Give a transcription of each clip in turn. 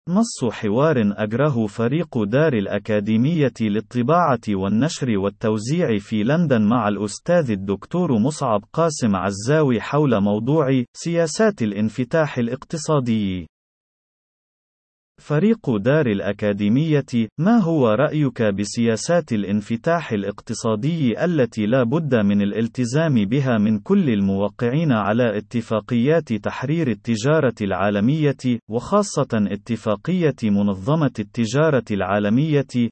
نص حوار أجره فريق دار الأكاديمية للطباعة والنشر والتوزيع في لندن مع الأستاذ الدكتور مصعب قاسم عزاوي حول موضوع سياسات الانفتاح الاقتصادي. فريق دار الأكاديمية: ما هو رأيك بسياسات الانفتاح الاقتصادي التي لا بد من الالتزام بها من كل الموقعين على اتفاقيات تحرير التجارة العالمية، وخاصة اتفاقية منظمة التجارة العالمية؟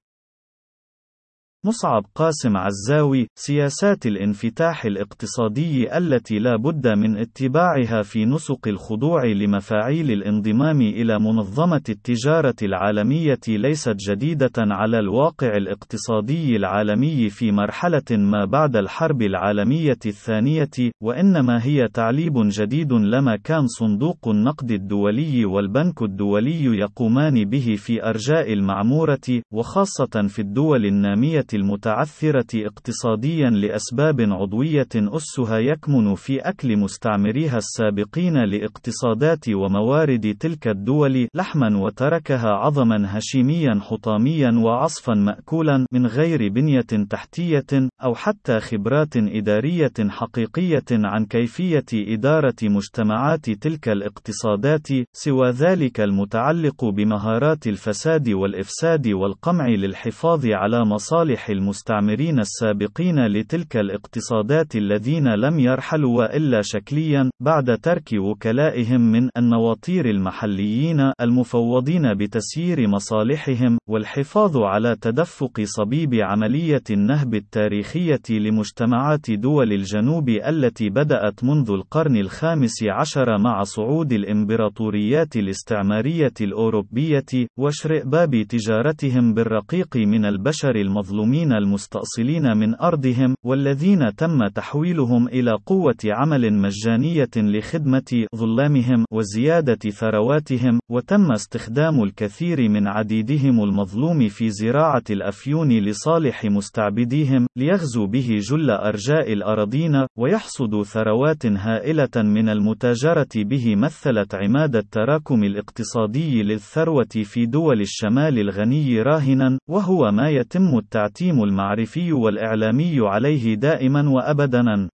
مصعب قاسم عزاوي: سياسات الانفتاح الاقتصادي التي لا بد من اتباعها في نسق الخضوع لمفاعيل الانضمام إلى منظمة التجارة العالمية ليست جديدة على الواقع الاقتصادي العالمي في مرحلة ما بعد الحرب العالمية الثانية، وإنما هي تعليب جديد لما كان صندوق النقد الدولي والبنك الدولي يقومان به في أرجاء المعمورة، وخاصة في الدول النامية المتعثرة اقتصاديا لأسباب عضوية أسها يكمن في أكل مستعمريها السابقين لاقتصادات وموارد تلك الدول لحما، وتركها عظما هشيميا حطاميا وعصفا مأكولا من غير بنية تحتية أو حتى خبرات إدارية حقيقية عن كيفية إدارة مجتمعات تلك الاقتصادات، سوى ذلك المتعلق بمهارات الفساد والإفساد والقمع للحفاظ على مصالح المستعمرين السابقين لتلك الاقتصادات الذين لم يرحلوا وإلا شكليا بعد ترك وكلائهم من النواطير المحليين المفوضين بتسيير مصالحهم، والحفاظ على تدفق صبيب عملية النهب التاريخية لمجتمعات دول الجنوب التي بدأت منذ القرن الخامس عشر مع صعود الإمبراطوريات الاستعمارية الأوروبية واشرئباب تجارتهم بالرقيق من البشر المظلومين المستأصلين من أرضهم، والذين تم تحويلهم إلى قوة عمل مجانية لخدمة ظلامهم وزيادة ثرواتهم، وتم استخدام الكثير من عديدهم المظلوم في زراعة الأفيون لصالح مستعبديهم ليغزوا به جل أرجاء الأراضين ويحصدوا ثروات هائلة من المتاجرة به. مثلت عماد التراكم الاقتصادي للثروة في دول الشمال الغني راهنا، وهو ما يتم التعتيم المعرفي والإعلامي عليه دائما وأبدا.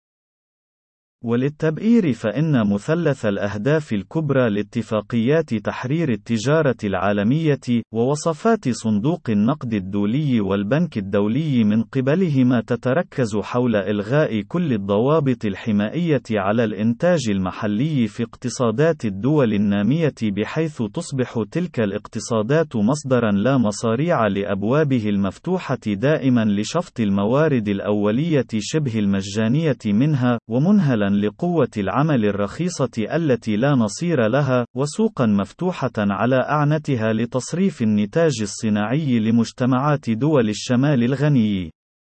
وللتبئير فإن مثلث الأهداف الكبرى لاتفاقيات تحرير التجارة العالمية ووصفات صندوق النقد الدولي والبنك الدولي من قبلهما تتركز حول إلغاء كل الضوابط الحمائية على الإنتاج المحلي في اقتصادات الدول النامية، بحيث تصبح تلك الاقتصادات مصدرا لا مصاريع لأبوابه المفتوحة دائما لشفط الموارد الأولية شبه المجانية منها، ومنهلا لقوة العمل الرخيصة التي لا نصير لها، وسوقا مفتوحة على أعنتها لتصريف النتاج الصناعي لمجتمعات دول الشمال الغني.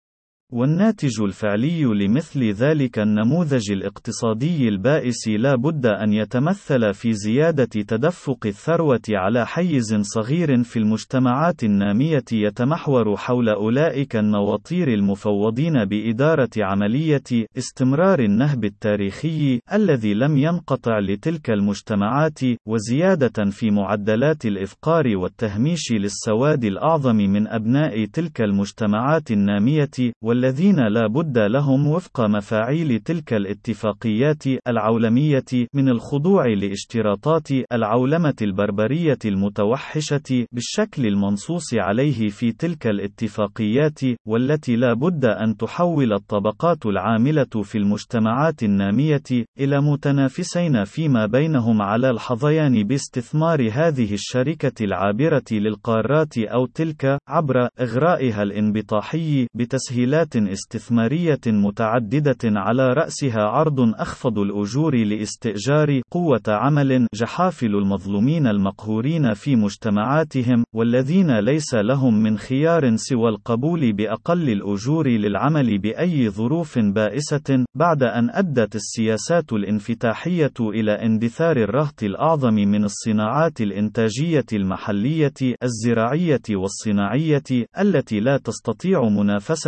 والناتج الفعلي لمثل ذلك النموذج الاقتصادي البائس لا بد أن يتمثل في زيادة تدفق الثروة على حيز صغير في المجتمعات النامية يتمحور حول أولئك النواطير المفوضين بإدارة عملية استمرار النهب التاريخي الذي لم ينقطع لتلك المجتمعات، وزيادة في معدلات الإفقار والتهميش للسواد الأعظم من أبناء تلك المجتمعات النامية، والذين لا بد لهم وفق مفاعيل تلك الاتفاقيات العولمية من الخضوع لاشتراطات العولمة البربرية المتوحشة بالشكل المنصوص عليه في تلك الاتفاقيات، والتي لا بد أن تحول الطبقات العاملة في المجتمعات النامية إلى متنافسين فيما بينهم على الحظيان باستثمار هذه الشركة العابرة للقارات أو تلك عبر إغرائها الانبطاحي بتسهيلات استثمارية متعددة على رأسها عرض أخفض الأجور لاستئجار قوة عمل جحافل المظلومين المقهورين في مجتمعاتهم، والذين ليس لهم من خيار سوى القبول بأقل الأجور للعمل بأي ظروف بائسة، بعد أن أدت السياسات الانفتاحية إلى اندثار الرهط الأعظم من الصناعات الإنتاجية المحلية الزراعية والصناعية التي لا تستطيع منافسة الانتاج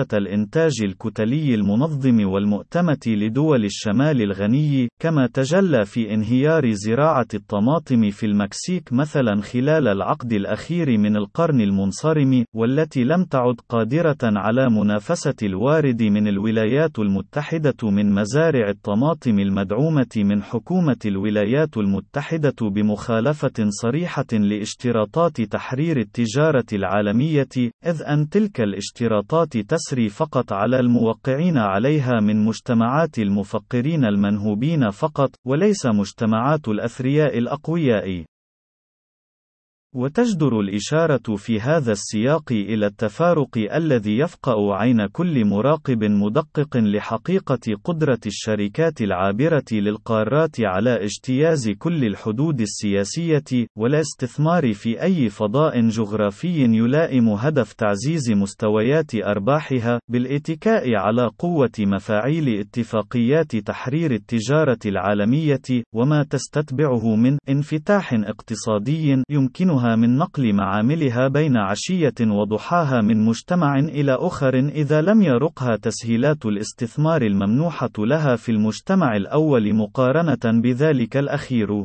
الإنتاج الكتلي المنظم والمؤتمت لدول الشمال الغني، كما تجلى في انهيار زراعة الطماطم في المكسيك مثلا خلال العقد الأخير من القرن المنصرم، والتي لم تعد قادرة على منافسة الوارد من الولايات المتحدة من مزارع الطماطم المدعومة من حكومة الولايات المتحدة بمخالفة صريحة لاشتراطات تحرير التجارة العالمية، إذ أن تلك الاشتراطات تسري فقط على الموقعين عليها من مجتمعات المفقرين المنهوبين فقط، وليس مجتمعات الأثرياء الأقوياء. وتجدر الإشارة في هذا السياق إلى التفارق الذي يفقأ عين كل مراقب مدقق لحقيقة قدرة الشركات العابرة للقارات على اجتياز كل الحدود السياسية، والاستثمار في أي فضاء جغرافي يلائم هدف تعزيز مستويات أرباحها، بالاتكاء على قوة مفاعيل اتفاقيات تحرير التجارة العالمية، وما تستتبعه من انفتاح اقتصادي يمكنها من نقل معاملها بين عشية وضحاها من مجتمع إلى آخر إذا لم يرقها تسهيلات الاستثمار الممنوحة لها في المجتمع الأول مقارنة بذلك الأخير.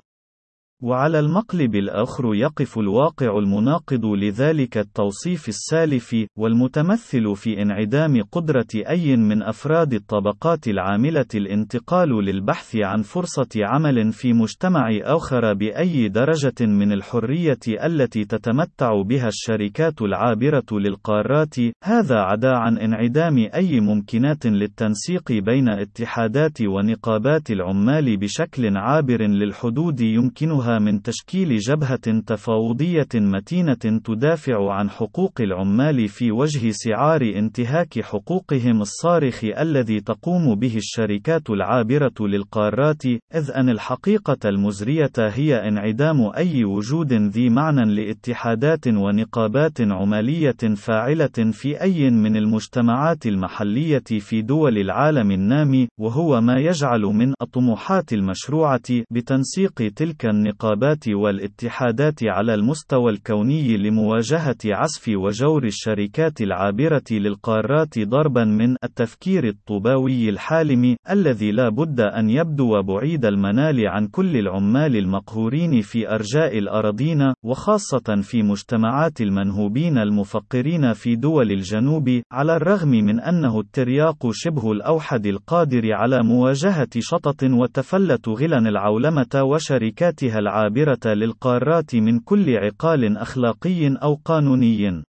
وعلى المقلب الآخر يقف الواقع المناقض لذلك التوصيف السالف، والمتمثل في انعدام قدرة أي من أفراد الطبقات العاملة الانتقال للبحث عن فرصة عمل في مجتمع آخر بأي درجة من الحرية التي تتمتع بها الشركات العابرة للقارات، هذا عدا عن انعدام أي ممكنات للتنسيق بين اتحادات ونقابات العمال بشكل عابر للحدود يمكنها من تشكيل جبهة تفاوضية متينة تدافع عن حقوق العمال في وجه سعار انتهاك حقوقهم الصارخ الذي تقوم به الشركات العابرة للقارات، إذ أن الحقيقة المزرية هي انعدام أي وجود ذي معنى لاتحادات ونقابات عمالية فاعلة في أي من المجتمعات المحلية في دول العالم النامي، وهو ما يجعل من الطموحات المشروعة بتنسيق تلك النقابات والاتحادات على المستوى الكوني لمواجهة عسف وجور الشركات العابرة للقارات ضربا من التفكير الطوباوي الحالم الذي لا بد أن يبدو بعيد المنال عن كل العمال المقهورين في أرجاء الأراضين، وخاصة في مجتمعات المنهوبين المفقرين في دول الجنوب، على الرغم من أنه الترياق شبه الأوحد القادر على مواجهة شطط وتفلت غلن العولمة وشركاتها العابرة للقارات من كل عقال أخلاقي أو قانوني.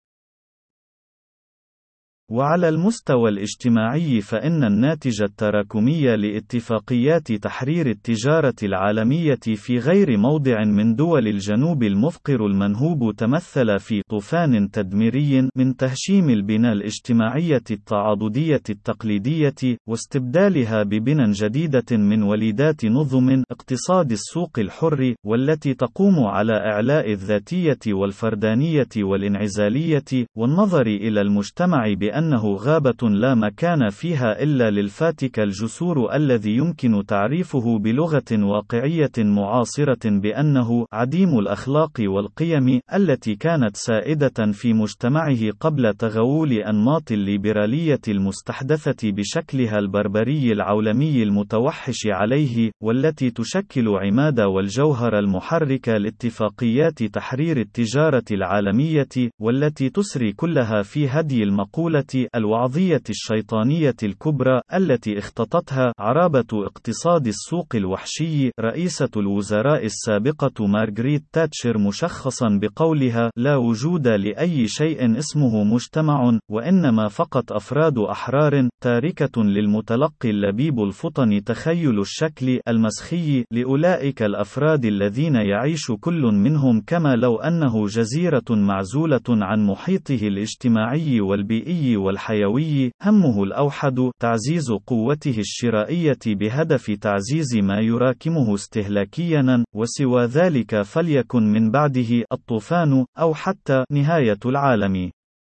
وعلى المستوى الاجتماعي فإن الناتج التراكمي لاتفاقيات تحرير التجارة العالمية في غير موضع من دول الجنوب المفقر المنهوب تمثل في طوفان تدميري من تهشيم البنى الاجتماعية التعاضدية التقليدية، واستبدالها ببنى جديدة من وليدات نظم اقتصاد السوق الحر، والتي تقوم على إعلاء الذاتية والفردانية والانعزالية، والنظر إلى المجتمع أنه غابة لا مكان فيها إلا للفاتك الجسور الذي يمكن تعريفه بلغة واقعية معاصرة بأنه عديم الأخلاق والقيم التي كانت سائدة في مجتمعه قبل تغول أنماط الليبرالية المستحدثة بشكلها البربري العولمي المتوحش عليه، والتي تشكل عماد والجوهر المحرك لاتفاقيات تحرير التجارة العالمية، والتي تسري كلها في هدي المقولة الوعظية الشيطانية الكبرى التي اختطتها عرابة اقتصاد السوق الوحشي رئيسة الوزراء السابقة مارغريت تاتشر مشخصا بقولها: لا وجود لأي شيء اسمه مجتمع، وإنما فقط أفراد أحرار، تاركة للمتلقي اللبيب الفطن تخيل الشكل المسخي لأولئك الأفراد الذين يعيش كل منهم كما لو أنه جزيرة معزولة عن محيطه الاجتماعي والبيئي والحيوي، همه الأوحد تعزيز قوته الشرائية بهدف تعزيز ما يراكمه استهلاكيا، وسوى ذلك فليكن من بعده الطوفان أو حتى نهاية العالم.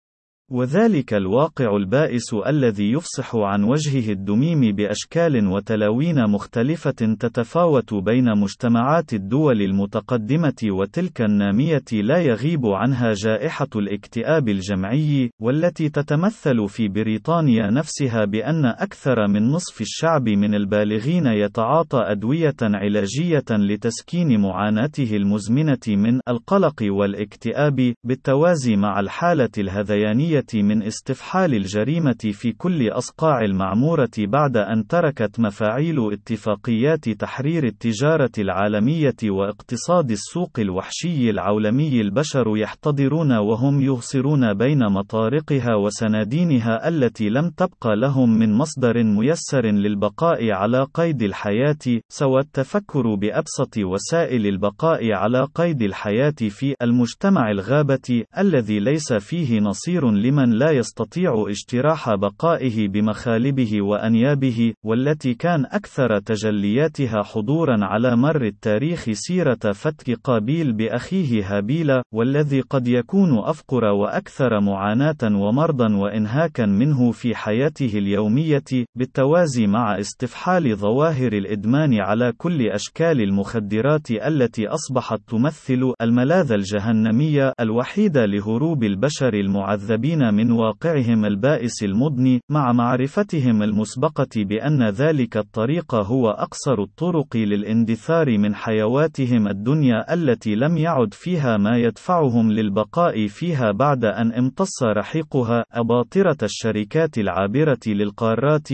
وذلك الواقع البائس الذي يفصح عن وجهه الدميم بأشكال وتلاوين مختلفة تتفاوت بين مجتمعات الدول المتقدمة وتلك النامية لا يغيب عنها جائحة الاكتئاب الجمعي، والتي تتمثل في بريطانيا نفسها بأن أكثر من نصف الشعب من البالغين يتعاطى أدوية علاجية لتسكين معاناته المزمنة من القلق والاكتئاب، بالتوازي مع الحالة الهذيانية من استفحال الجريمة في كل أصقاع المعمورة بعد أن تركت مفاعيل اتفاقيات تحرير التجارة العالمية واقتصاد السوق الوحشي العولمي البشر يحتضرون وهم يغصرون بين مطارقها وسنادينها التي لم تبقى لهم من مصدر ميسر للبقاء على قيد الحياة، سوى التفكر بأبسط وسائل البقاء على قيد الحياة في المجتمع الغابة الذي ليس فيه نصير لمن لا يستطيع اجتراح بقائه بمخالبه وأنيابه، والتي كان أكثر تجلياتها حضورا على مر التاريخ سيرة فتك قابيل بأخيه هابيل، والذي قد يكون أفقر وأكثر معاناة ومرضا وإنهاكا منه في حياته اليومية، بالتوازي مع استفحال ظواهر الإدمان على كل أشكال المخدرات التي أصبحت تمثل الملاذ الجهنمي الوحيد لهروب البشر المعذبين من واقعهم البائس المضني، مع معرفتهم المسبقة بأن ذلك الطريق هو أقصر الطرق للاندثار من حيواتهم الدنيا التي لم يعد فيها ما يدفعهم للبقاء فيها بعد أن امتص رحيقها أباطرة الشركات العابرة للقارات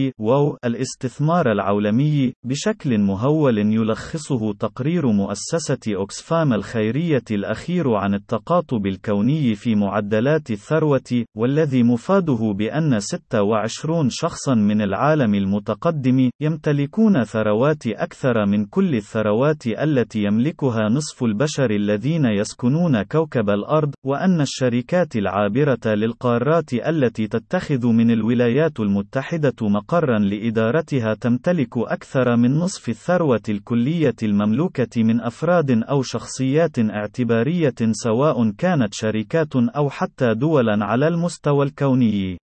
الاستثمار العولمي، بشكل مهول يلخصه تقرير مؤسسة أوكسفام الخيرية الأخير عن التقاطب الكوني في معدلات الثروة، والذي مفاده بأن 26 شخصا من العالم المتقدم يمتلكون ثروات أكثر من كل الثروات التي يملكها نصف البشر الذين يسكنون كوكب الأرض، وأن الشركات العابرة للقارات التي تتخذ من الولايات المتحدة مقرا لإدارتها تمتلك أكثر من نصف الثروة الكلية المملوكة من أفراد أو شخصيات اعتبارية، سواء كانت شركات أو حتى دولا على المستوى الكوني.